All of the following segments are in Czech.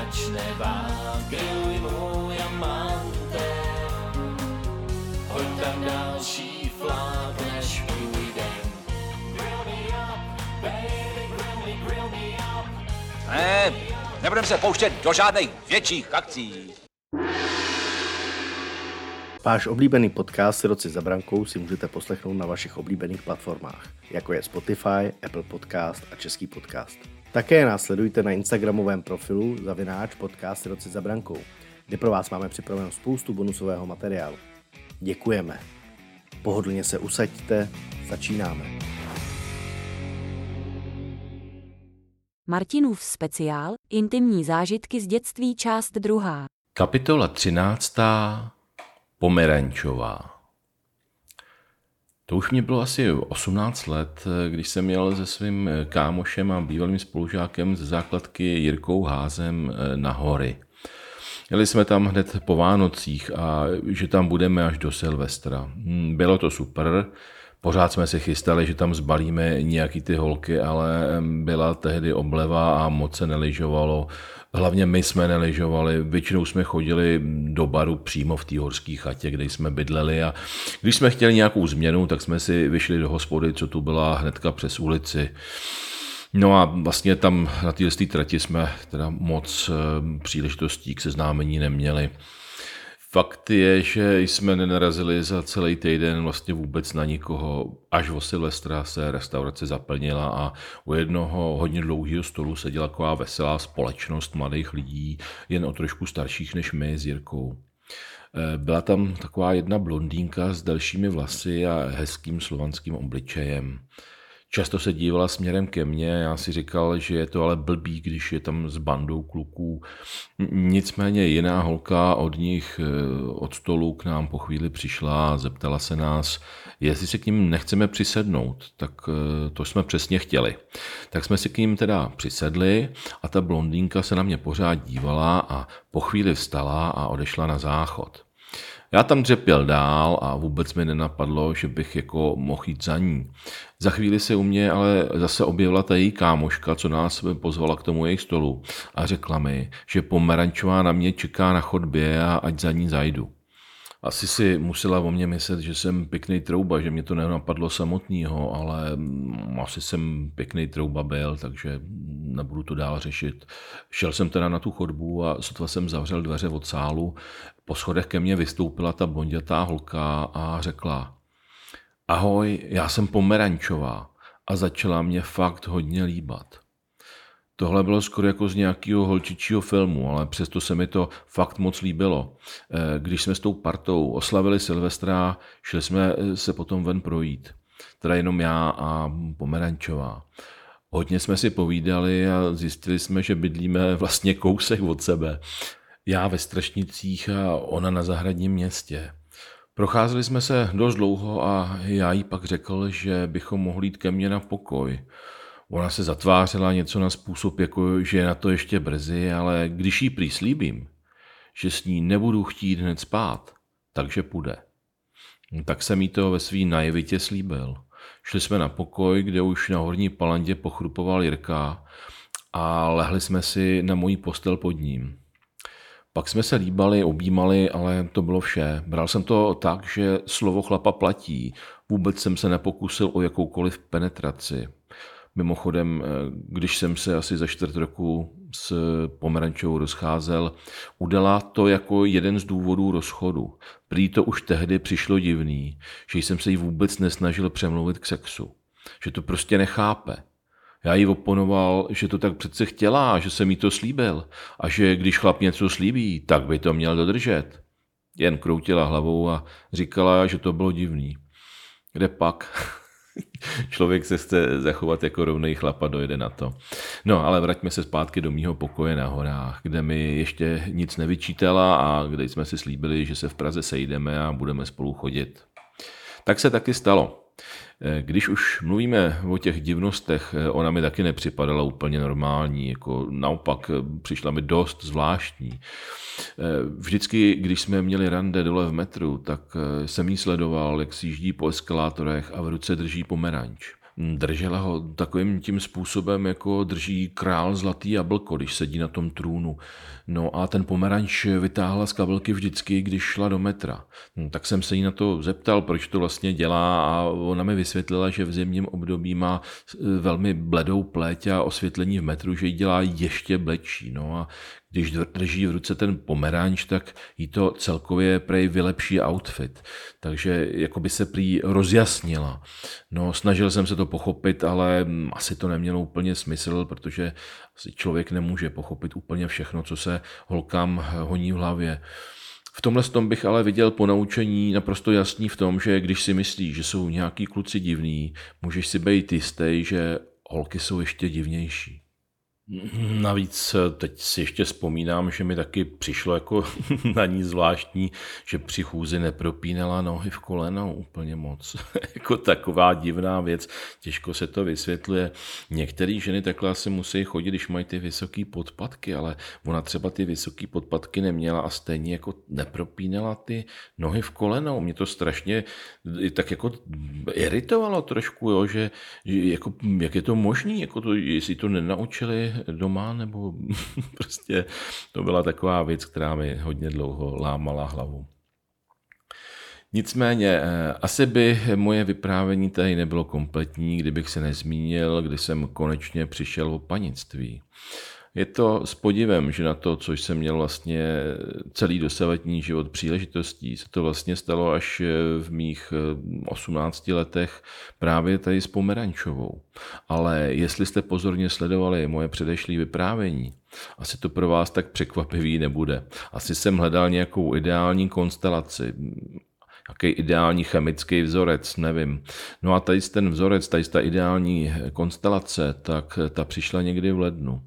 začne vát, griluj můj amante. Hoď tam další flák, než půjdem. Grill me up, baby, grill me up. Ne, nebudeme se pouštět do žádných větších akcí. Váš oblíbený podcast Siroci za brankou si můžete poslechnout na vašich oblíbených platformách, jako je Spotify, Apple Podcast a Český podcast. Také nás sledujte na instagramovém profilu @podcast Siroci za brankou, kde pro vás máme připraveno spoustu bonusového materiálu. Děkujeme. Pohodlně se usaďte, začínáme. Martinův speciál Intimní zážitky z dětství část 2. Kapitola 13. Pomerančová. To už mě bylo asi 18 let, když jsem jel se svým kámošem a bývalým spolužákem ze základky Jirkou Házem na hory. Jeli jsme tam hned po Vánocích a že tam budeme až do Silvestra. Bylo to super, pořád jsme si chystali, že tam zbalíme nějaký ty holky, ale byla tehdy obleva a moc se nelyžovalo. Hlavně my jsme nelyžovali, většinou jsme chodili do baru přímo v té horské chatě, kde jsme bydleli, a když jsme chtěli nějakou změnu, tak jsme si vyšli do hospody, co tu byla hnedka přes ulici. No a vlastně tam na této trati jsme teda moc příležitostí k seznámení neměli. Fakt je, že jsme nenarazili za celý týden vlastně vůbec na nikoho. Až o Silvestra se restaurace zaplnila a u jednoho hodně dlouhého stolu seděla taková veselá společnost mladých lidí, jen o trošku starších než my s Jirkou. Byla tam taková jedna blondýnka s delšími vlasy a hezkým slovanským obličejem. Často se dívala směrem ke mně, já si říkal, že je to ale blbý, když je tam s bandou kluků. Nicméně jiná holka od nich od stolu k nám po chvíli přišla a zeptala se nás, jestli se k ním nechceme přisednout, tak to jsme přesně chtěli. Tak jsme si k ním teda přisedli a ta blondýnka se na mě pořád dívala a po chvíli vstala a odešla na záchod. Já tam dřepěl dál a vůbec mi nenapadlo, že bych jako mohl jít za ní. Za chvíli se u mě ale zase objevila ta její kámoška, co nás pozvala k tomu jejich stolu a řekla mi, že Pomerančová na mě čeká na chodbě a ať za ní zajdu. Asi si musela o mě myslet, že jsem pěkný trouba, že mě to nenapadlo samotného, ale asi jsem pěkný trouba byl, takže nebudu to dál řešit. Šel jsem teda na tu chodbu a sotva jsem zavřel dveře od sálu. Po schodech ke mně vystoupila ta blondětá holka a řekla: Ahoj, já jsem Pomerančová, a začala mě fakt hodně líbat. Tohle bylo skoro jako z nějakého holčičího filmu, ale přesto se mi to fakt moc líbilo. Když jsme s tou partou oslavili Silvestra, šli jsme se potom ven projít. Teda jenom já a Pomerančová. Hodně jsme si povídali a zjistili jsme, že bydlíme vlastně kousek od sebe. Já ve Strašnicích a ona na Zahradním Městě. Procházeli jsme se dost dlouho a já jí pak řekl, že bychom mohli jít ke mně na pokoj. Ona se zatvářela něco na způsob, jako že je na to ještě brzy, ale když jí prý slíbím, že s ní nebudu chtít hned spát, takže půjde. Tak jsem jí to ve svý naivitě slíbil. Šli jsme na pokoj, kde už na horní palandě pochrupoval Jirka a lehli jsme si na mojí postel pod ním. Pak jsme se líbali, objímali, ale to bylo vše. Bral jsem to tak, že slovo chlapa platí. Vůbec jsem se nepokusil o jakoukoliv penetraci. Mimochodem, když jsem se asi za 4 roku s Pomerančovou rozcházel, udala to jako jeden z důvodů rozchodu. Prý to už tehdy přišlo divný, že jsem se jí vůbec nesnažil přemluvit k sexu. Že to prostě nechápe. Já jí oponoval, že to tak přece chtěla, že jsem jí to slíbil a že když chlap něco slíbí, tak by to měl dodržet. Jen kroutila hlavou a říkala, že to bylo divný. Kde pak? Člověk se chce zachovat jako rovnej chlap a dojde na to. No, ale vraťme se zpátky do mýho pokoje na horách, kde mi ještě nic nevyčítala a kde jsme si slíbili, že se v Praze sejdeme a budeme spolu chodit. Tak se taky stalo. Když už mluvíme o těch divnostech, ona mi taky nepřipadala úplně normální, jako naopak přišla mi dost zvláštní. Vždycky, když jsme měli rande dole v metru, tak jsem jí sledoval, jak si jíždí po eskalátorech a v ruce drží pomeranč. Držela ho takovým tím způsobem, jako drží král zlatý jablko, když sedí na tom trůnu. No a ten pomeranč vytáhla z kabelky vždycky, když šla do metra. Tak jsem se jí na to zeptal, proč to vlastně dělá, a ona mi vysvětlila, že v zimním období má velmi bledou pleť a osvětlení v metru, že ji dělá ještě bledší. No a když drží v ruce ten pomeranč, tak jí to celkově prej vylepší outfit. Takže jako by se prý rozjasnila. No, snažil jsem se to pochopit, ale asi to nemělo úplně smysl, protože člověk nemůže pochopit úplně všechno, co se holkám honí v hlavě. V tomhle tom bych ale viděl ponaučení naprosto jasný v tom, že když si myslíš, že jsou nějaký kluci divný, můžeš si být jistý, že holky jsou ještě divnější. Navíc teď si ještě vzpomínám, že mi taky přišlo jako na ní zvláštní, že při chůzi nepropínala nohy v koleno úplně moc. Jako taková divná věc, těžko se to vysvětluje. Některé ženy takhle asi musí chodit, když mají ty vysoké podpatky, ale ona třeba ty vysoké podpatky neměla a stejně jako nepropínala ty nohy v koleno. Mě to strašně tak jako iritovalo trošku, jo, že jako, jak je to možný, jako to, jestli to nenaučili doma, nebo prostě to byla taková věc, která mi hodně dlouho lámala hlavu. Nicméně, asi by moje vyprávění tady nebylo kompletní, kdybych se nezmínil, kdy jsem konečně přišel o panictví. Je to s podivem, že na to, co jsem měl vlastně celý dosavadní život příležitostí, se to vlastně stalo až v mých 18 letech právě tady s Pomerančovou. Ale jestli jste pozorně sledovali moje předešlé vyprávění, asi to pro vás tak překvapivý nebude. Asi jsem hledal nějakou ideální konstelaci, jaký ideální chemický vzorec, nevím. No a tady ten vzorec, tady ta ideální konstelace, tak ta přišla někdy v lednu.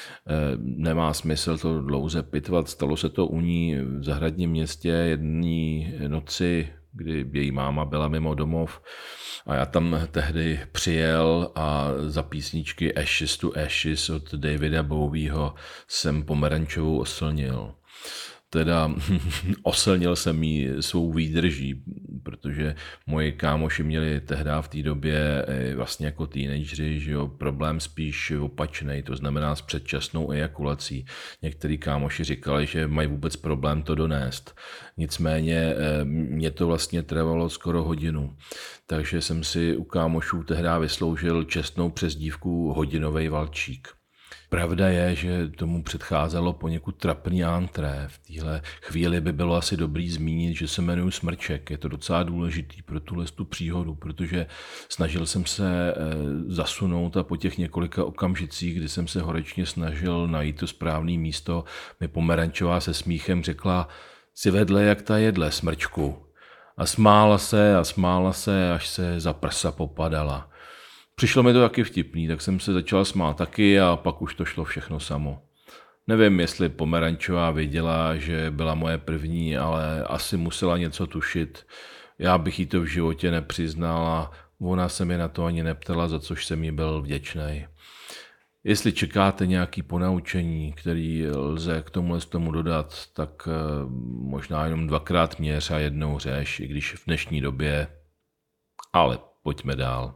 Nemá smysl to dlouze pitvat, stalo se to u ní v zahradním městě jedné noci, kdy její máma byla mimo domov a já tam tehdy přijel a za písničky Ashes to Ashes od Davida Bowieho jsem Pomerančovou oslnil. Teda oslnil jsem jí svou výdrží, protože moji kámoši měli tehdy v té době vlastně jako teenageři, že jo, problém spíš opačnej, to znamená s předčasnou ejakulací. Některý kámoši říkali, že mají vůbec problém to donést. Nicméně mě to vlastně trvalo skoro hodinu, takže jsem si u kámošů tehdy vysloužil čestnou přezdívku hodinovej valčík. Pravda je, že tomu předcházelo poněkud trapný antré. V téhle chvíli by bylo asi dobrý zmínit, že se jmenuji Smrček. Je to docela důležitý pro tu příhodu, protože snažil jsem se zasunout a po těch několika okamžicích, kdy jsem se horečně snažil najít to správné místo, mi Pomerančová se smíchem řekla: "Si vedle jak ta jedle, Smrčku." A smála se, až se za prsa popadala. Přišlo mi to taky vtipný, tak jsem se začal smát taky a pak už to šlo všechno samo. Nevím, jestli Pomerančová věděla, že byla moje první, ale asi musela něco tušit. Já bych jí to v životě nepřiznal a ona se mi na to ani neptala, za což jsem jí byl vděčnej. Jestli čekáte nějaké ponaučení, který lze k tomu dodat, tak možná jenom 2krát měř a 1 řeš, i když v dnešní době. Ale pojďme dál.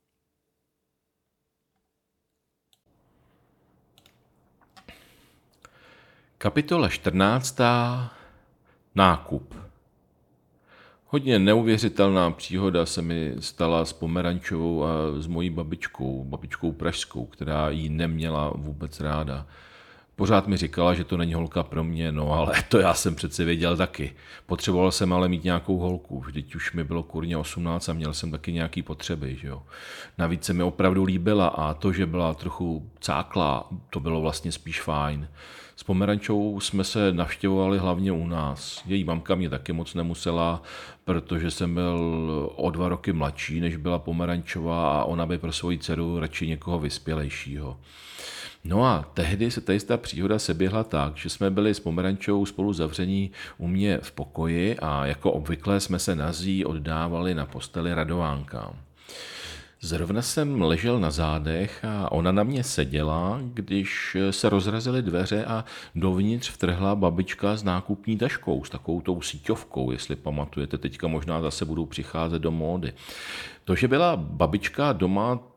Kapitola 14. Nákup. Hodně neuvěřitelná příhoda se mi stala s Pomerančovou a s mojí babičkou pražskou, která ji neměla vůbec ráda. Pořád mi říkala, že to není holka pro mě, no ale to já jsem přece věděl taky. Potřeboval jsem ale mít nějakou holku, vždyť už mi bylo kurně 18 a měl jsem taky nějaký potřeby, že jo. Navíc se mi opravdu líbila a to, že byla trochu cáklá, to bylo vlastně spíš fajn. S Pomerančovou jsme se navštěvovali hlavně u nás. Její mamka mě taky moc nemusela, protože jsem byl o 2 roky mladší, než byla Pomerančová a ona by pro svoji dceru radši někoho vyspělejšího. No a tehdy se tady ta příhoda seběhla tak, že jsme byli s Pomerančovou spolu zavření u mě v pokoji a jako obvykle jsme se nazí oddávali na posteli radovánkám. Zrovna jsem ležel na zádech a ona na mě seděla, když se rozrazily dveře a dovnitř vtrhla babička s nákupní taškou, s takovou tou síťovkou, jestli pamatujete, teďka možná zase budou přicházet do módy. To, že byla babička doma,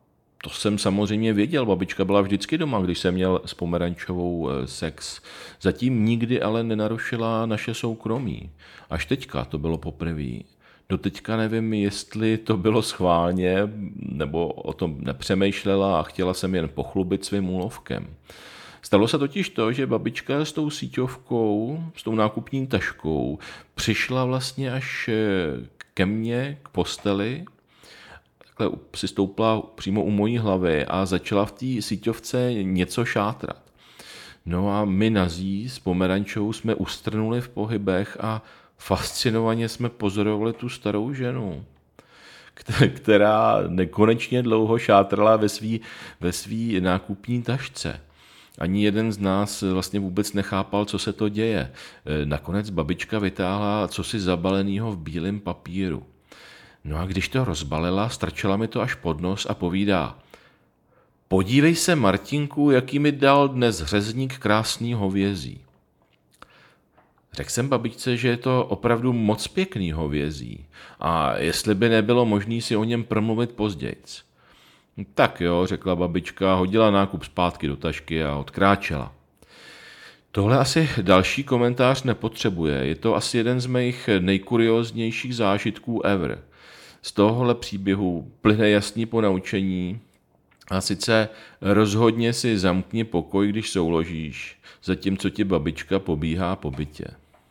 To jsem samozřejmě věděl, babička byla vždycky doma, když jsem měl s Pomerančovou sex. Zatím nikdy ale nenarušila naše soukromí. Až teďka to bylo poprvé. Doteďka nevím, jestli to bylo schválně, nebo o tom nepřemýšlela a chtěla jsem jen pochlubit svým úlovkem. Stalo se totiž to, že babička s tou síťovkou, s tou nákupní taškou, přišla vlastně až ke mně, k posteli, takhle si stoupla přímo u mojí hlavy a začala v té síťovce něco šátrat. No a my nazí s Pomerančou jsme ustrnuli v pohybech a fascinovaně jsme pozorovali tu starou ženu, která nekonečně dlouho šátrala ve svý nákupní tašce. Ani jeden z nás vlastně vůbec nechápal, co se to děje. Nakonec babička vytáhla cosi zabalenýho v bílém papíru. No a když to rozbalila, strčela mi to až pod nos a povídá: podívej se, Martinku, jaký mi dal dnes řezník krásný hovězí. Řekl jsem babičce, že je to opravdu moc pěkný hovězí a jestli by nebylo možné si o něm promluvit pozdějc. Tak jo, řekla babička, hodila nákup zpátky do tašky a odkráčela. Tohle asi další komentář nepotřebuje, je to asi jeden z mých nejkurióznějších zážitků ever. Z tohohle příběhu plyne jasný ponaučení, a sice rozhodně si zamkni pokoj, když souložíš, zatímco ti babička pobíhá po bytě.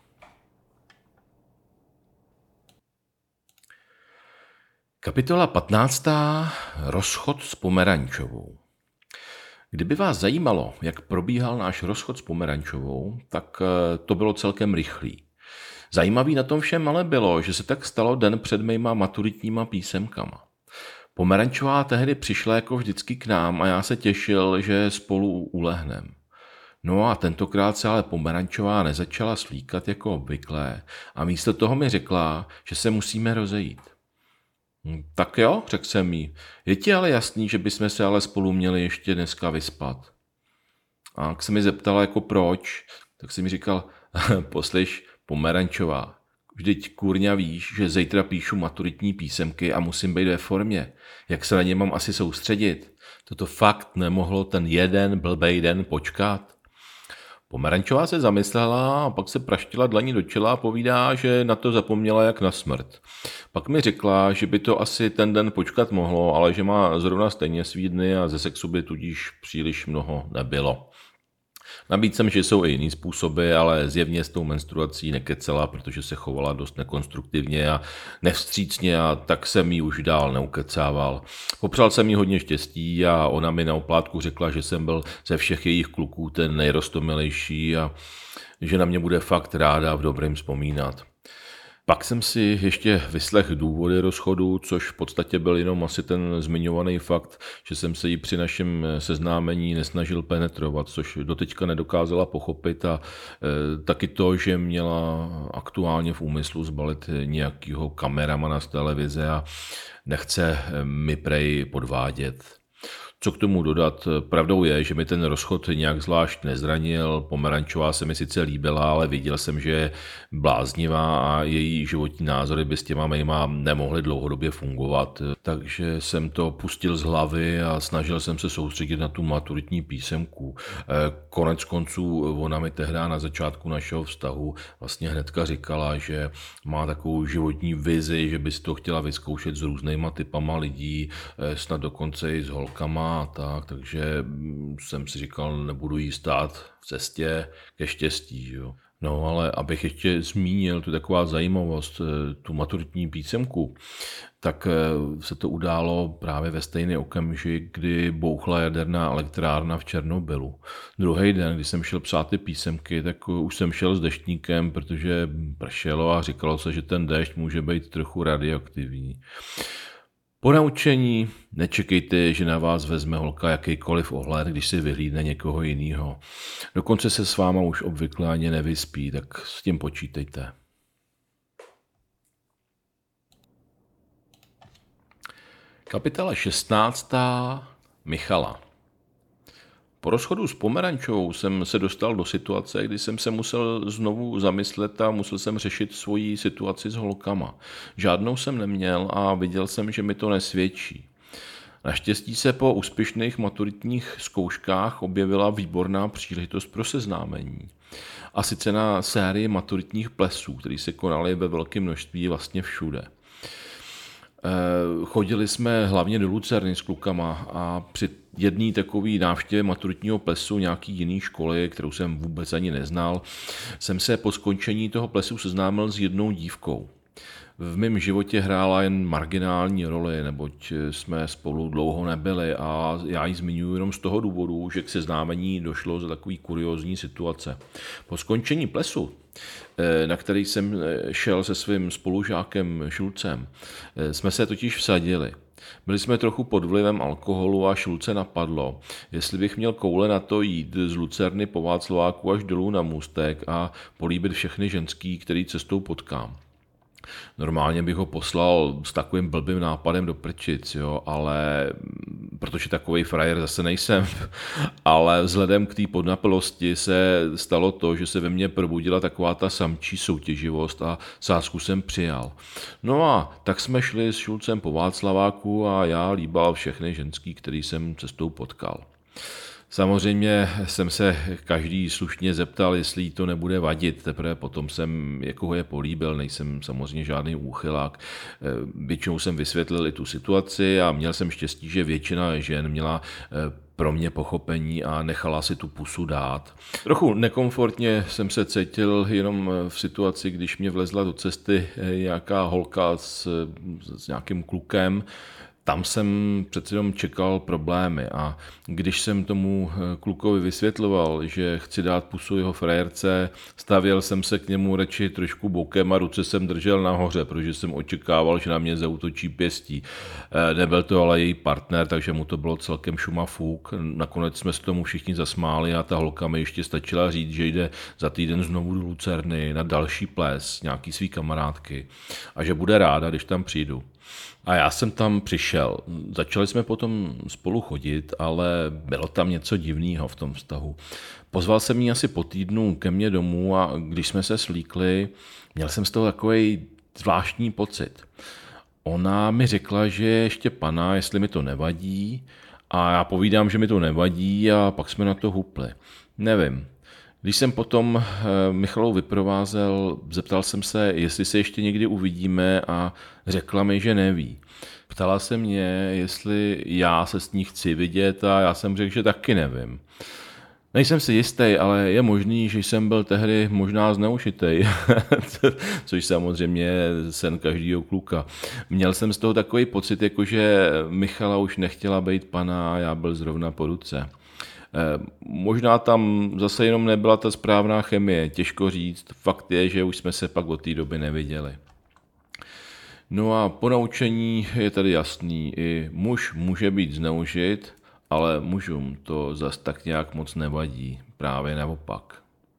Kapitola 15. Rozchod s Pomerančovou. Kdyby vás zajímalo, jak probíhal náš rozchod s Pomerančovou, tak to bylo celkem rychlý. Zajímavý na tom všem ale bylo, že se tak stalo den před mýma maturitníma písemkama. Pomerančová tehdy přišla jako vždycky k nám a já se těšil, že spolu ulehnem. No a tentokrát se ale Pomerančová nezačala slíkat jako obvyklé a místo toho mi řekla, že se musíme rozejít. Tak jo, řekl jsem jí, je ti ale jasný, že bychom se ale spolu měli ještě dneska vyspat. A jak se mi zeptala jako proč, tak jsem mi říkal, poslyš, Pomerančová, vždyť kurňa víš, že zítra píšu maturitní písemky a musím být ve formě. Jak se na ně mám asi soustředit? Toto fakt nemohlo ten jeden blbej den počkat. Pomerančová se zamyslela a pak se praštila dlaní do čela a povídá, že na to zapomněla jak na smrt. Pak mi řekla, že by to asi ten den počkat mohlo, ale že má zrovna stejně svý dny a ze sexu by tudíž příliš mnoho nebylo. Nabídl jsem, že jsou i jiný způsoby, ale zjevně s tou menstruací nekecela, protože se chovala dost nekonstruktivně a nevstřícně a tak jsem jí už dál neukecával. Popřál jsem jí hodně štěstí a ona mi na oplátku řekla, že jsem byl ze všech jejich kluků ten nejrostomilejší a že na mě bude fakt ráda v dobrém vzpomínat. Pak jsem si ještě vyslechl důvody rozchodu, což v podstatě byl jenom asi ten zmiňovaný fakt, že jsem se jí při našem seznámení nesnažil penetrovat, což doteďka nedokázala pochopit a taky to, že měla aktuálně v úmyslu zbalit nějakýho kameramana z televize a nechce mi prej podvádět. Co k tomu dodat? Pravdou je, že mi ten rozchod nějak zvlášť nezranil. Pomerančová se mi sice líbila, ale viděl jsem, že je bláznivá a její životní názory by s těma mýma nemohly dlouhodobě fungovat. Takže jsem to pustil z hlavy a snažil jsem se soustředit na tu maturitní písemku. Konec konců ona mi tehdy na začátku našeho vztahu vlastně hnedka říkala, že má takovou životní vizi, že by si to chtěla vyzkoušet s různýma typama lidí, snad dokonce i s holkama a tak, takže jsem si říkal, nebudu jí stát v cestě ke štěstí, jo. No ale abych ještě zmínil, tu taková zajímavost, tu maturitní písemku, tak se to událo právě ve stejný okamžik, kdy bouchla jaderná elektrárna v Černobylu. Druhý den, kdy jsem šel psát ty písemky, tak už jsem šel s deštníkem, protože pršelo a říkalo se, že ten déšť může být trochu radioaktivní. Ponaučení, nečekejte, že na vás vezme holka jakýkoliv ohled, když si vyhlídne někoho jiného. Dokonce se s váma už obvykle ani nevyspí, tak s tím počítejte. Kapitola 16. Michala. Po rozchodu s Pomerančovou jsem se dostal do situace, kdy jsem se musel znovu zamyslet a musel jsem řešit svoji situaci s holkama. Žádnou jsem neměl a viděl jsem, že mi to nesvědčí. Naštěstí se po úspěšných maturitních zkouškách objevila výborná příležitost pro seznámení. A sice na sérii maturitních plesů, které se konaly ve velkém množství vlastně všude. Chodili jsme hlavně do Lucerny s klukama a při jedné takové návštěvě maturitního plesu nějaký jiný školy, kterou jsem vůbec ani neznal, jsem se po skončení toho plesu seznámil s jednou dívkou. V mém životě hrála jen marginální roli, neboť jsme spolu dlouho nebyli a já ji zmiňuji jenom z toho důvodu, že k seznámení došlo za takový kuriózní situace. Po skončení plesu, na který jsem šel se svým spolužákem Šulcem, jsme se totiž vsadili. Byli jsme trochu pod vlivem alkoholu a Šulce napadlo, jestli bych měl koule na to jít z Lucerny po Václaváku až dolů na Můstek a políbit všechny ženský, který cestou potkám. Normálně bych ho poslal s takovým blbým nápadem do prčic, jo, ale protože takovej frajer zase nejsem, ale vzhledem k té podnapilosti se stalo to, že se ve mně probudila taková ta samčí soutěživost a sázku jsem přijal. No a tak jsme šli s Šulcem po Václaváku a já líbal všechny ženský, který jsem cestou potkal. Samozřejmě jsem se každý slušně zeptal, jestli jí to nebude vadit, teprve potom jsem jako je políbil, nejsem samozřejmě žádný úchylák. Většinou jsem vysvětlil i tu situaci a měl jsem štěstí, že většina žen měla pro mě pochopení a nechala si tu pusu dát. Trochu nekomfortně jsem se cítil jenom v situaci, když mě vlezla do cesty nějaká holka s nějakým klukem. Tam jsem přece jenom čekal problémy a když jsem tomu klukovi vysvětloval, že chci dát pusu jeho frajerce, stavěl jsem se k němu radši trošku bokem a ruce jsem držel nahoře, protože jsem očekával, že na mě zaútočí pěstí. Nebyl to ale její partner, takže mu to bylo celkem šum a fuk. Nakonec jsme se tomu všichni zasmáli a ta holka mi ještě stačila říct, že jde za týden znovu do Lucerny na další ples nějaký svý kamarádky a že bude ráda, když tam přijdu. A já jsem tam přišel. Začali jsme potom spolu chodit, ale bylo tam něco divného v tom vztahu. Pozval jsem ji asi po týdnu ke mně domů a když jsme se svlíkli, měl jsem z toho takový zvláštní pocit. Ona mi řekla, že je ještě pana, jestli mi to nevadí, a já povídám, že mi to nevadí a pak jsme na to hupli. Nevím. Když jsem potom Michalou vyprovázel, zeptal jsem se, jestli se ještě někdy uvidíme a řekla mi, že neví. Ptala se mě, jestli já se s ní chci vidět a já jsem řekl, že taky nevím. Nejsem si jistý, ale je možný, že jsem byl tehdy možná zneužitej, což samozřejmě je sen každýho kluka. Měl jsem z toho takový pocit, jakože Michala už nechtěla být pana a já byl zrovna po ruce. Možná tam zase jenom nebyla ta správná chemie, těžko říct. Fakt je, že už jsme se pak od té doby neviděli. No a ponaučení je tady jasný. I muž může být zneužit, ale mužům to zas tak nějak moc nevadí. Právě naopak.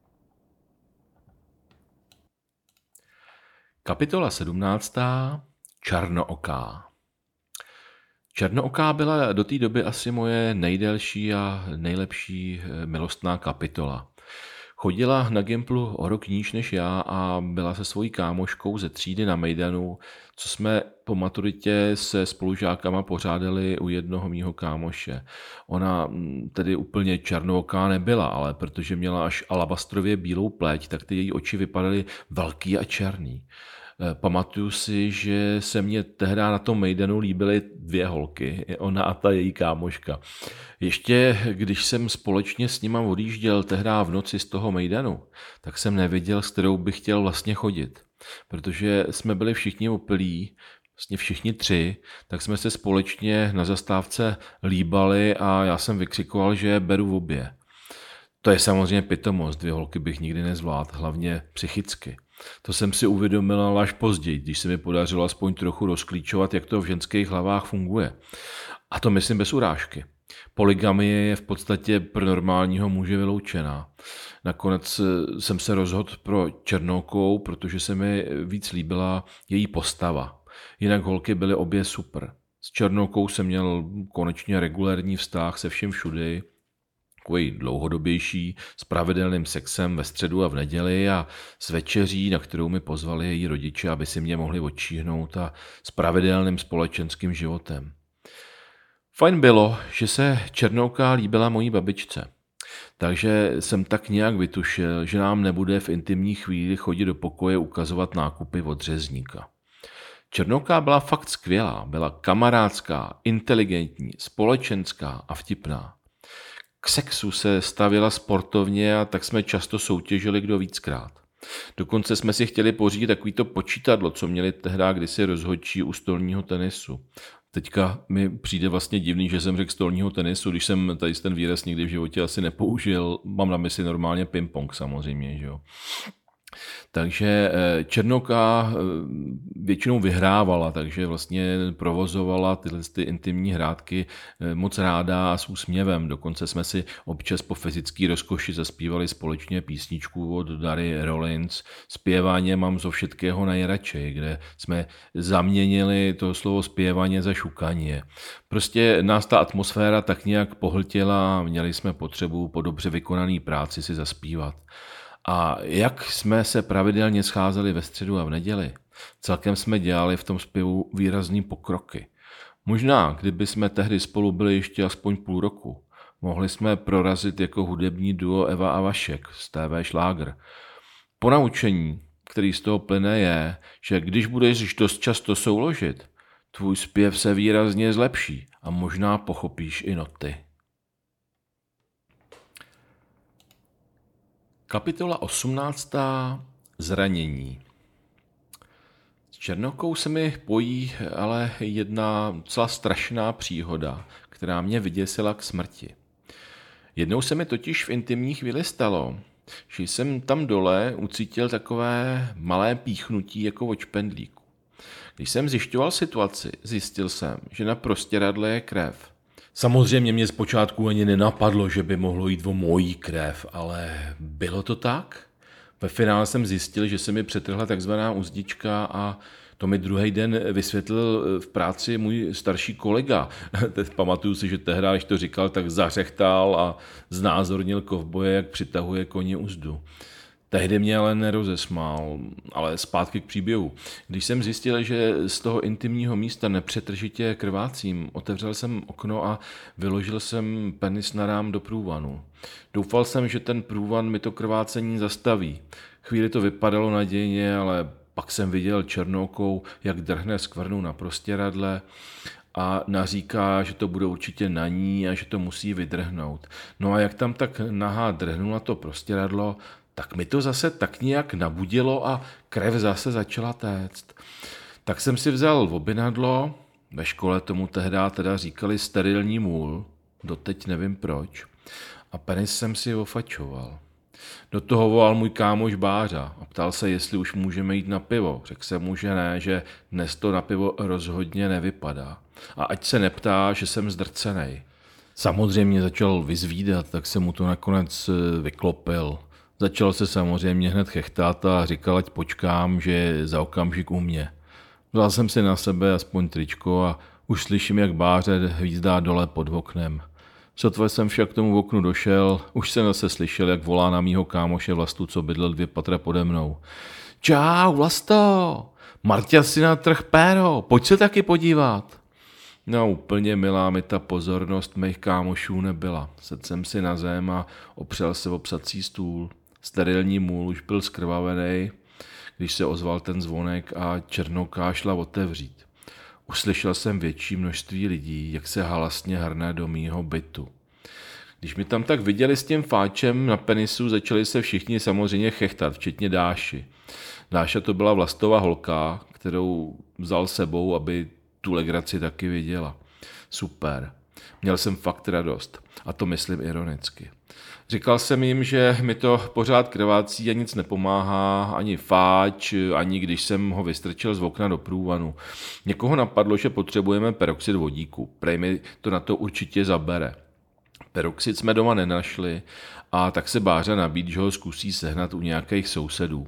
Kapitola 17. Černooká. Černooká byla do té doby asi moje nejdelší a nejlepší milostná kapitola. Chodila na Gimplu o rok níž než já a byla se svojí kámoškou ze třídy na mejdanu, co jsme po maturitě se spolužákama pořádali u jednoho mýho kámoše. Ona tedy úplně černooká nebyla, ale protože měla až alabastrově bílou pleť, tak ty její oči vypadaly velký a černý. Pamatuju si, že se mně tehdy na tom mejdanu líbily dvě holky, ona a ta její kámoška. Ještě když jsem společně s nima odjížděl tehdy v noci z toho mejdanu, tak jsem nevěděl, s kterou bych chtěl vlastně chodit. Protože jsme byli všichni opilí, vlastně všichni tři, tak jsme se společně na zastávce líbali a já jsem vykřikoval, že beru obě. To je samozřejmě pitomost, dvě holky bych nikdy nezvládl, hlavně psychicky. To jsem si uvědomil až později, když se mi podařilo aspoň trochu rozklíčovat, jak to v ženských hlavách funguje. A to myslím bez urážky. Polygamie je v podstatě pro normálního muže vyloučená. Nakonec jsem se rozhodl pro černookou, protože se mi víc líbila její postava. Jinak holky byly obě super. S černookou jsem měl konečně regulérní vztah se vším všudy, takový dlouhodobější, s pravidelným sexem ve středu a v neděli a s večeří, na kterou mi pozvali její rodiče, aby si mě mohli odčíhnout, a s pravidelným společenským životem. Fajn bylo, že se černouká líbila mojí babičce. Takže jsem tak nějak vytušil, že nám nebude v intimní chvíli chodit do pokoje ukazovat nákupy od řezníka. Černouká byla fakt skvělá, byla kamarádská, inteligentní, společenská a vtipná. K sexu se stavěla sportovně a tak jsme často soutěžili kdo víckrát. Dokonce jsme si chtěli pořídit takovýto počítadlo, co měli tehdy kdysi rozhodčí u stolního tenisu. Teďka mi přijde vlastně divný, že jsem řekl stolního tenisu, když jsem tady ten výraz nikdy v životě asi nepoužil. Mám na mysli normálně ping-pong samozřejmě, že jo. Takže černouká většinou vyhrávala, takže vlastně provozovala tyhle intimní hrátky moc ráda a s úsměvem. Dokonce jsme si občas po fyzické rozkoši zaspívali společně písničku od Dary Rollins Zpěváně mám zo všetkého nejradšej, kde jsme zaměnili to slovo zpěvaně za šukaně. Prostě nás ta atmosféra tak nějak pohltila a měli jsme potřebu po dobře vykonané práci si zaspívat. A jak jsme se pravidelně scházeli ve středu a v neděli, celkem jsme dělali v tom zpěvu výrazný pokroky. Možná, kdyby jsme tehdy spolu byli ještě aspoň půl roku, mohli jsme prorazit jako hudební duo Eva a Vašek z TV Šlágr. Ponaučení, který z toho plyne, je, že když budeš dost často souložit, tvůj zpěv se výrazně zlepší a možná pochopíš i noty. Kapitola 18. Zranění. S černoukou se mi pojí ale jedna docela strašná příhoda, která mě vyděsila k smrti. Jednou se mi totiž v intimní chvíli stalo, že jsem tam dole ucítil takové malé píchnutí jako od špendlíku. Když jsem zjišťoval situaci, zjistil jsem, že na prostěradle je krev. Samozřejmě mě zpočátku ani nenapadlo, že by mohlo jít o mojí krev, ale bylo to tak? Ve finále jsem zjistil, že se mi přetrhla takzvaná uzdička a to mi druhý den vysvětlil v práci můj starší kolega. Pamatuju si, že tehdy, když to říkal, tak zařechtal a znázornil kovboje, jak přitahuje koně uzdu. Tehdy mě ale nerozesmál, ale zpátky k příběhu. Když jsem zjistil, že z toho intimního místa nepřetržitě krvácím, otevřel jsem okno a vyložil jsem penis na rám do průvanu. Doufal jsem, že ten průvan mi to krvácení zastaví. Chvíli to vypadalo nadějně, ale pak jsem viděl černoukou, jak drhne skvrnu na prostěradle a naříká, že to bude určitě na ní a že to musí vydrhnout. No a jak tam tak nahá drhnula to prostěradlo, tak mi to zase tak nějak nabudilo a krev zase začala téct. Tak jsem si vzal obinadlo, ve škole tomu teda říkali sterilní můl, doteď nevím proč, a penis jsem si ofačoval. Do toho volal můj kámoš Bářa a ptal se, jestli už můžeme jít na pivo. Řekl jsem mu, že ne, že dnes to na pivo rozhodně nevypadá. A ať se neptá, že jsem zdrcenej. Samozřejmě začal vyzvídat, tak jsem mu to nakonec vyklopil. Začal se samozřejmě hned chechtat a říkal, ať počkám, že je za okamžik u mě. Vzal jsem si na sebe aspoň tričko a už slyším, jak Báře hvízdá dole pod oknem. Sotva jsem však k tomu oknu došel, už jsem zase slyšel, jak volá na mýho kámoše Vlastu, co bydlel 2 patra pode mnou. Čau, Vlasto! Marťa si natrh péro, pojď se taky podívat. No úplně milá mi ta pozornost mých kámošů nebyla. Sedl jsem si na zem a opřel se o psací stůl. Sterilní můl už byl skrvavený, když se ozval ten zvonek a černouká šla otevřít. Uslyšel jsem větší množství lidí, jak se halasně hrne do mýho bytu. Když mi tam tak viděli s tím fáčem na penisu, začali se všichni samozřejmě chechtat, včetně Dáši. Dáša to byla Vlastova holka, kterou vzal sebou, aby tu legraci taky viděla. Super. Měl jsem fakt radost. A to myslím ironicky. Říkal jsem jim, že mi to pořád krvácí a nic nepomáhá, ani fáč, ani když jsem ho vystrčil z okna do průvanu. Někoho napadlo, že potřebujeme peroxid vodíku. Prej mi to na to určitě zabere. Peroxid jsme doma nenašli a tak se Bářa nabídl, že ho zkusí sehnat u nějakých sousedů.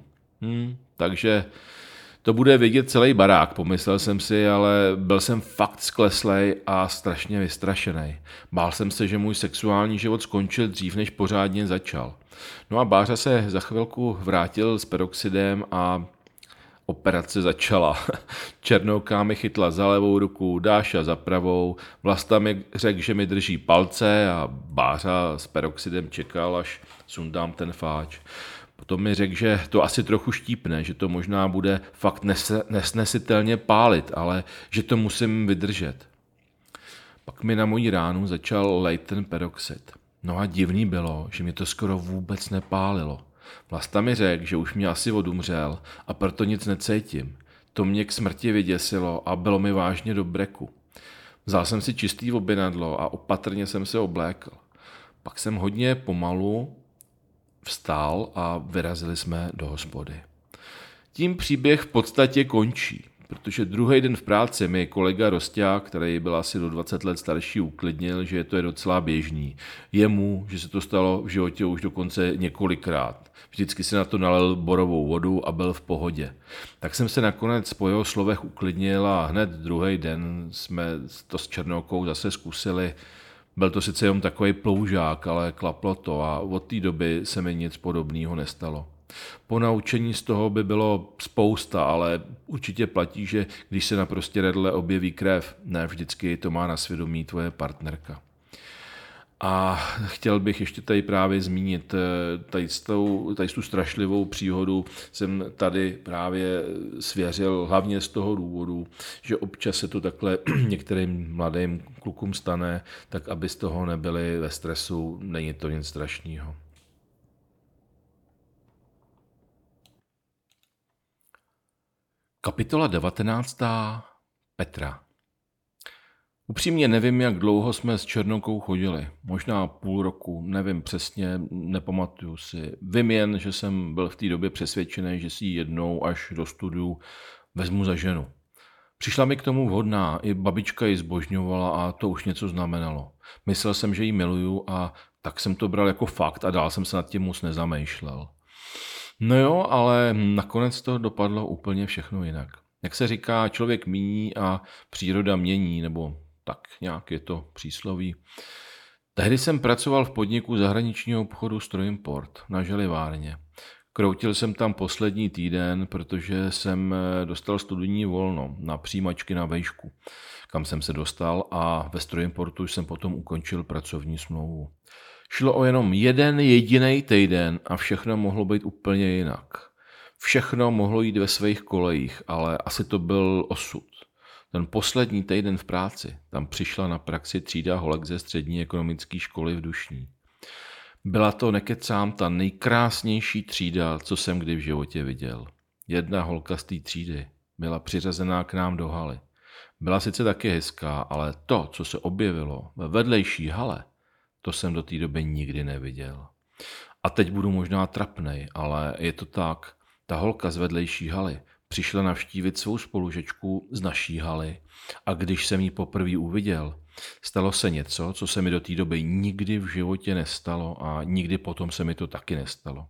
Takže to bude vidět celý barák, pomyslel jsem si, ale byl jsem fakt skleslej a strašně vystrašený. Bál jsem se, že můj sexuální život skončil dřív, než pořádně začal. No a Bářa se za chvilku vrátil s peroxidem a Operace začala. Černouká mi chytla za levou ruku, Dáša za pravou, Vlasta mi řekl, že mi drží palce a Bářa s peroxidem čekal, až sundám ten fáč. Potom mi řekl, že to asi trochu štípne, že to možná bude fakt nesnesitelně pálit, ale že to musím vydržet. Pak mi na moji ránu začal lejt ten peroxid. No a divný bylo, že mě to skoro vůbec nepálilo. Vlasta mi řekl, že už mě asi odumřel a proto nic necítím. To mě k smrti vyděsilo a bylo mi vážně do breku. Vzal jsem si čistý oběnadlo a opatrně jsem se oblékl. Pak jsem hodně pomalu vstál a vyrazili jsme do hospody. Tím příběh v podstatě končí, protože druhý den v práci mi kolega Rosťák, který byl asi do 20 let starší, uklidnil, že to je docela běžný. Jemu, že se to stalo v životě už dokonce několikrát. Vždycky si na to nalil borovou vodu a byl v pohodě. Tak jsem se nakonec po jeho slovech uklidnil a hned druhý den jsme to s černoukou zase zkusili. Byl to sice jenom takový ploužák, ale klaplo to a od té doby se mi nic podobného nestalo. Po naučení z toho by bylo spousta, ale určitě platí, že když se na prostěradle objeví krev, ne vždycky to má na svědomí tvoje partnerka. A chtěl bych ještě tady právě zmínit, tady tu strašlivou příhodu jsem tady právě svěřil hlavně z toho důvodu, že občas se to takhle některým mladým klukům stane, tak aby z toho nebyli ve stresu, není to nic strašného. Kapitola 19. Petra. Upřímně nevím, jak dlouho jsme s Černoukou chodili. Možná půl roku, nevím přesně, nepamatuju si. Vím jen, že jsem byl v té době přesvědčený, že si ji jednou až do studiu vezmu za ženu. Přišla mi k tomu vhodná, i babička ji zbožňovala a to už něco znamenalo. Myslel jsem, že ji miluju a tak jsem to bral jako fakt a dál jsem se nad tím moc nezamýšlel. No jo, ale nakonec to dopadlo úplně všechno jinak. Jak se říká, člověk míní a příroda mění, nebo tak nějak je to přísloví. Tehdy jsem pracoval v podniku zahraničního obchodu Strojimport na želivárně. Kroutil jsem tam poslední týden, protože jsem dostal studijní volno na přijímačky na vejšku, kam jsem se dostal a ve Strojimportu jsem potom ukončil pracovní smlouvu. Šlo o jenom jeden jediný týden a všechno mohlo být úplně jinak. Všechno mohlo jít ve svých kolejích, ale asi to byl osud. Ten poslední týden v práci, tam přišla na praxi třída holek ze střední ekonomické školy v Dušní. Byla to, nekecám, ta nejkrásnější třída, co jsem kdy v životě viděl. Jedna holka z té třídy byla přiřazená k nám do haly. Byla sice taky hezká, ale to, co se objevilo ve vedlejší hale, to jsem do té doby nikdy neviděl. A teď budu možná trapnej, ale je to tak. Ta holka z vedlejší haly přišla navštívit svou spolužečku z naší haly a když jsem ji poprvé uviděl, stalo se něco, co se mi do té doby nikdy v životě nestalo a nikdy potom se mi to taky nestalo.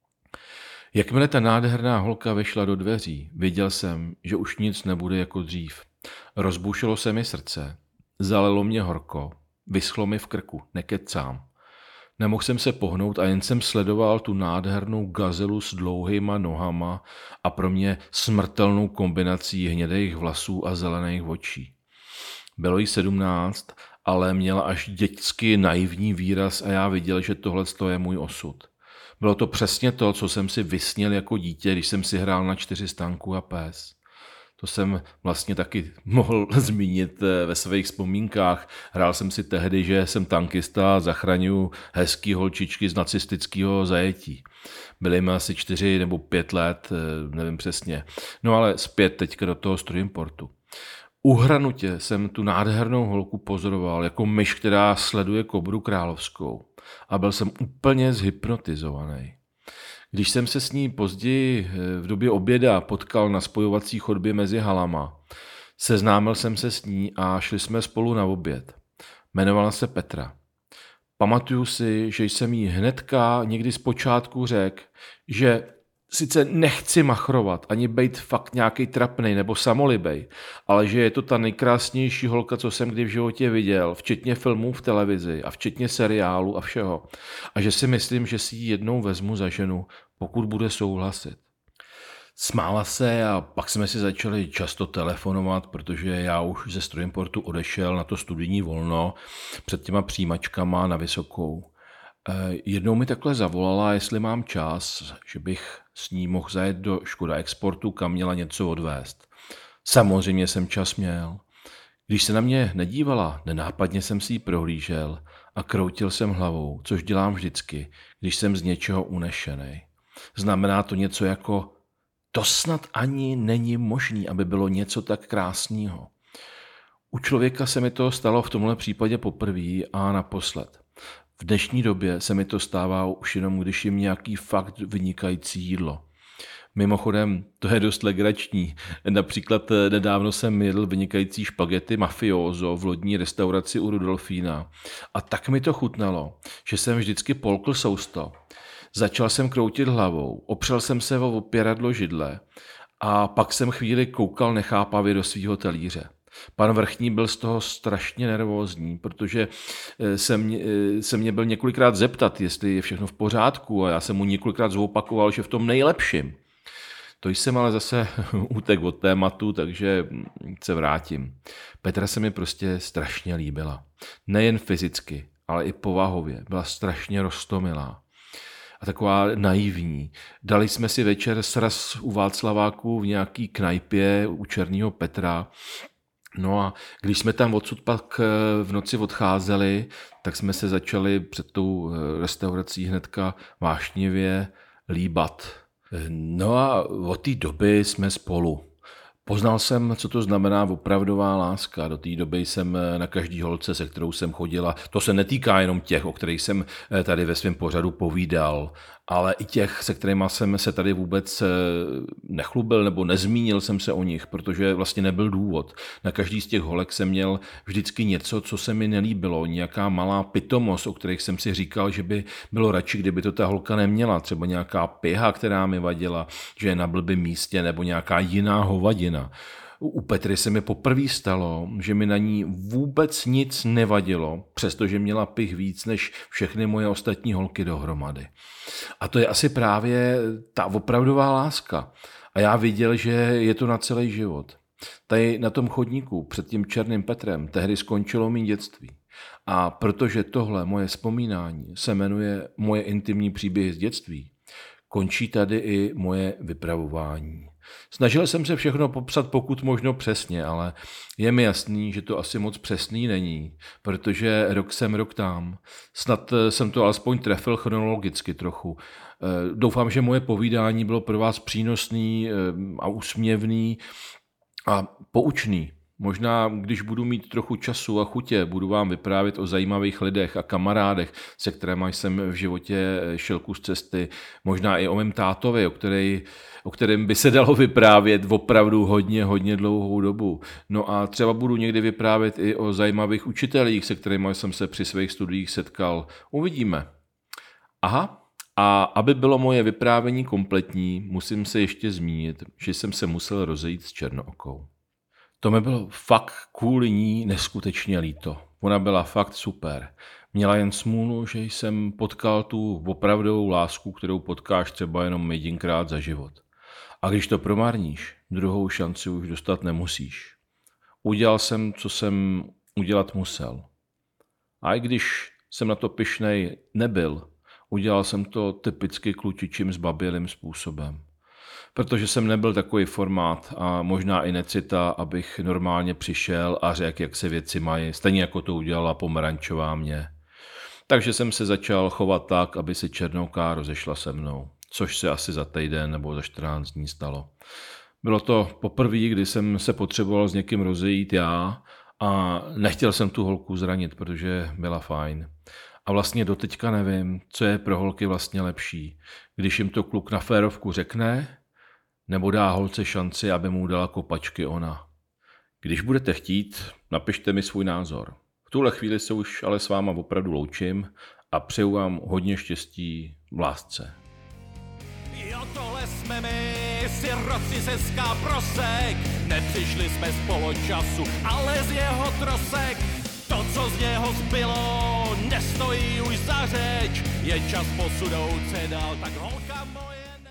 Jakmile ta nádherná holka vešla do dveří, viděl jsem, že už nic nebude jako dřív. Rozbušilo se mi srdce, zalilo mě horko, vyschlo mi v krku, nekecám. Nemohl jsem se pohnout a jen jsem sledoval tu nádhernou gazelu s dlouhýma nohama a pro mě smrtelnou kombinací hnědých vlasů a zelených očí. Bylo jí 17, ale měla až dětsky naivní výraz a já viděl, že tohle je můj osud. Bylo to přesně to, co jsem si vysněl jako dítě, když jsem si hrál na 4 stánku a pes. To jsem vlastně taky mohl zmínit ve svých vzpomínkách. Hrál jsem si tehdy, že jsem tankista a zachraňuji hezký holčičky z nacistického zajetí. Byly mi asi 4 nebo 5 let, nevím přesně. No ale zpět teďka do toho Strojimportu. Uhranutě jsem tu nádhernou holku pozoroval jako myš, která sleduje kobru královskou. A byl jsem úplně zhypnotizovaný. Když jsem se s ní později v době oběda potkal na spojovací chodbě mezi halama, seznámil jsem se s ní a šli jsme spolu na oběd. Jmenovala se Petra. Pamatuju si, že jsem jí hnedka někdy zpočátku řekl, že sice nechci machrovat, ani bejt fakt nějaký trapnej nebo samolibej, ale že je to ta nejkrásnější holka, co jsem kdy v životě viděl, včetně filmů v televizi a včetně seriálu a všeho. A že si myslím, že si ji jednou vezmu za ženu, pokud bude souhlasit. Smála se a pak jsme si začali často telefonovat, protože já už ze Stroimportu odešel na to studijní volno před těma přijímačkama na vysokou. Jednou mi takhle zavolala, jestli mám čas, že bych s ní mohl zajet do Škoda Exportu, kam měla něco odvést. Samozřejmě jsem čas měl. Když se na mě nedívala, nenápadně jsem si ji prohlížel a kroutil jsem hlavou, což dělám vždycky, když jsem z něčeho unešenej. Znamená to něco jako: to snad ani není možný, aby bylo něco tak krásného. U člověka se mi to stalo v tomhle případě poprvé a naposled. V dnešní době se mi to stává už jenom, když jim nějaký fakt vynikající jídlo. Mimochodem, to je dost legrační. Například nedávno jsem jedl vynikající špagety mafioso v lodní restauraci u Rudolfína. A tak mi to chutnalo, že jsem vždycky polkl sousto. Začal jsem kroutit hlavou, opřel jsem se o opěradlo židle a pak jsem chvíli koukal nechápavě do svýho talíře. Pan vrchní byl z toho strašně nervózní, protože se mě byl několikrát zeptat, jestli je všechno v pořádku, a já jsem mu několikrát zopakoval, že v tom nejlepším. To jsem ale zase utek od tématu, takže se vrátím. Petra se mi prostě strašně líbila. Nejen fyzicky, ale i povahově. Byla strašně roztomilá a taková naivní. Dali jsme si večer sraz u Václaváku v nějaký knajpě u Černýho Petra. No a když jsme tam odsud pak v noci odcházeli, tak jsme se začali před tou restaurací hnedka vášnivě líbat. No a od té doby jsme spolu. Poznal jsem, co to znamená opravdová láska. Do té doby jsem na každý holce, se kterou jsem chodila, to se netýká jenom těch, o kterých jsem tady ve svém pořadu povídal, ale i těch, se kterými jsem se tady vůbec nechlubil nebo nezmínil jsem se o nich, protože vlastně nebyl důvod. Na každý z těch holek jsem měl vždycky něco, co se mi nelíbilo, nějaká malá pitomost, o kterých jsem si říkal, že by bylo radši, kdyby to ta holka neměla, třeba nějaká piha, která mi vadila, že je na blbým místě, nebo nějaká jiná hovadina. U Petry se mi poprvé stalo, že mi na ní vůbec nic nevadilo, přestože měla pich víc než všechny moje ostatní holky dohromady. A to je asi právě ta opravdová láska. A já viděl, že je to na celý život. Tady na tom chodníku před tím Černým Petrem tehdy skončilo mý dětství. A protože tohle moje vzpomínání se jmenuje Moje intimní příběhy z dětství, končí tady i moje vypravování. Snažil jsem se všechno popsat pokud možno přesně, ale je mi jasný, že to asi moc přesný není, protože rok jsem, rok tam. Snad jsem to alespoň trefil chronologicky trochu. Doufám, že moje povídání bylo pro vás přínosný a úsměvný a poučný. Možná, když budu mít trochu času a chutě, budu vám vyprávět o zajímavých lidech a kamarádech, se kterými jsem v životě šel kus cesty. Možná i o mém tátovi, o kterém by se dalo vyprávět opravdu hodně dlouhou dobu. No a třeba budu někdy vyprávět i o zajímavých učitelích, se kterými jsem se při svých studiích setkal. Uvidíme. Aha, a aby bylo moje vyprávění kompletní, musím se ještě zmínit, že jsem se musel rozejít s Černookou. To mi bylo fakt kvůli ní neskutečně líto. Ona byla fakt super. Měla jen smůlu, že jsem potkal tu opravdovou lásku, kterou potkáš třeba jenom jedinkrát za život. A když to promarníš, druhou šanci už dostat nemusíš. Udělal jsem, co jsem udělat musel. A i když jsem na to pyšnej nebyl, udělal jsem to typicky klučičím zbabělým způsobem. Protože jsem nebyl takový formát a možná i necita, abych normálně přišel a řekl, jak se věci mají, stejně jako to udělala Pomerančová mě. Takže jsem se začal chovat tak, aby se Černouká rozešla se mnou, což se asi za týden nebo za 14 dní stalo. Bylo to poprvé, kdy jsem se potřeboval s někým rozejít já a nechtěl jsem tu holku zranit, protože byla fajn. A vlastně doteďka nevím, co je pro holky vlastně lepší, když jim to kluk na férovku řekne, nebo dá holce šanci, aby mu dala kopačky ona. Když budete chtít, napište mi svůj názor. V tuhle chvíli se už ale s váma opravdu loučím a přeju vám hodně štěstí v lásce. Jo, tohle jsme my, siroci ze Skáprosek. Nepřišli jsme z poločasu, ale z jeho trosek. To, co z něho zbylo, nestojí už za řeč. Je čas posunout se dál, tak holka moje.